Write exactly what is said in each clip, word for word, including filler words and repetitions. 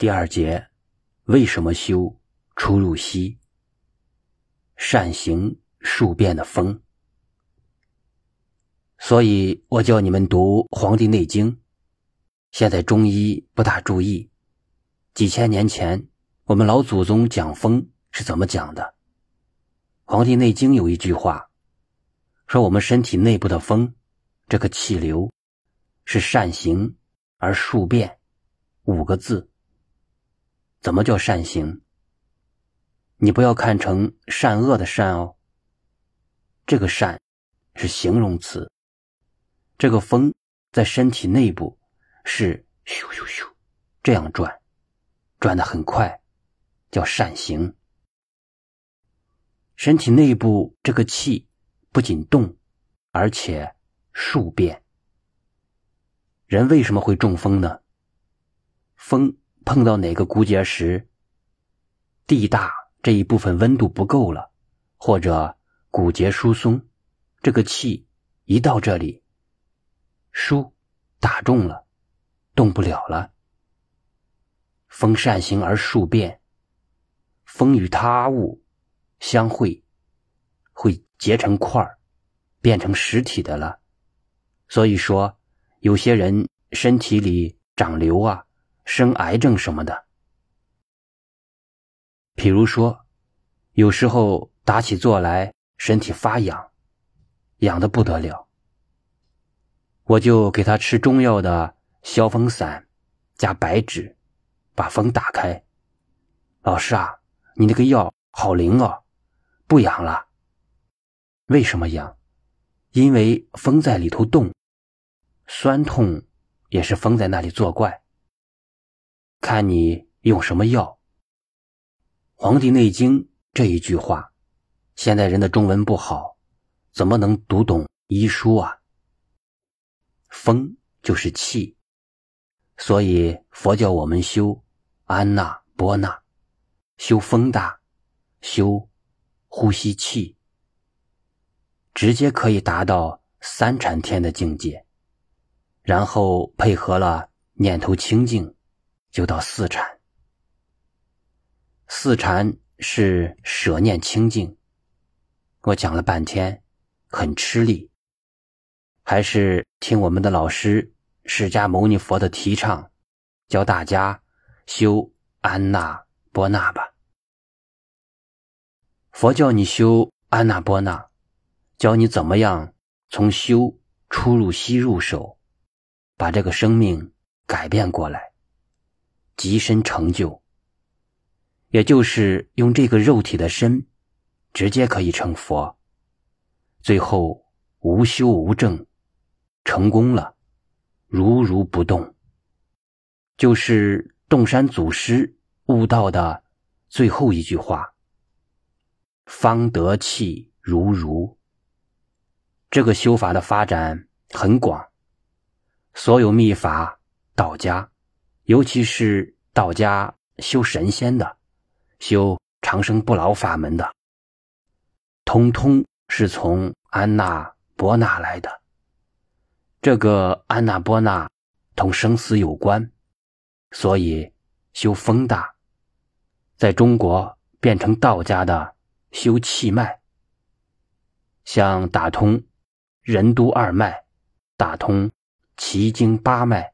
第二节，为什么修出入息？善行数变的风。所以我教你们读《黄帝内经》，现在中医不大注意。几千年前，我们老祖宗讲风是怎么讲的？《黄帝内经》有一句话，说我们身体内部的风，这个气流，是善行而数变，五个字。怎么叫善行？你不要看成善恶的善哦，这个善是形容词。这个风在身体内部是咻咻咻这样转，转得很快，叫善行。身体内部这个气不仅动，而且数变。人为什么会中风呢？风碰到哪个骨节时，地大这一部分温度不够了，或者骨节疏松，这个气一到这里，疏打中了，动不了了。风善行而数变，风与他物相会，会结成块儿，变成实体的了。所以说有些人身体里长瘤啊，生癌症什么的。比如说有时候打起坐来身体发痒，痒得不得了，我就给他吃中药的消风散加白芷，把风打开。老师啊，你那个药好灵哦，不痒了。为什么痒？因为风在里头动，酸痛也是风在那里作怪。看你用什么药。黄帝内经这一句话，现代人的中文不好，怎么能读懂医书啊？风就是气，所以佛教我们修安那波那，修风大，修呼吸气，直接可以达到三禅天的境界，然后配合了念头清净，就到四禅。四禅是舍念清净，我讲了半天很吃力，还是听我们的老师释迦牟尼佛的提倡，教大家修安那波那吧。佛教你修安那波那，教你怎么样从修出入息入手，把这个生命改变过来，极深成就。也就是用这个肉体的身，直接可以成佛，最后无修无证，成功了，如如不动。就是洞山祖师悟道的最后一句话，方得气如如。这个修法的发展很广，所有秘法，道家，尤其是道家修神仙的，修长生不老法门的，通通是从安那波那来的。这个安那波那同生死有关，所以修风大，在中国变成道家的修气脉，像打通任督二脉，打通奇经八脉，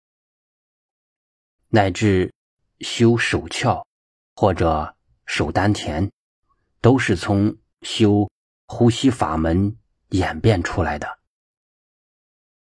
乃至修手窍或者手丹田，都是从修呼吸法门演变出来的。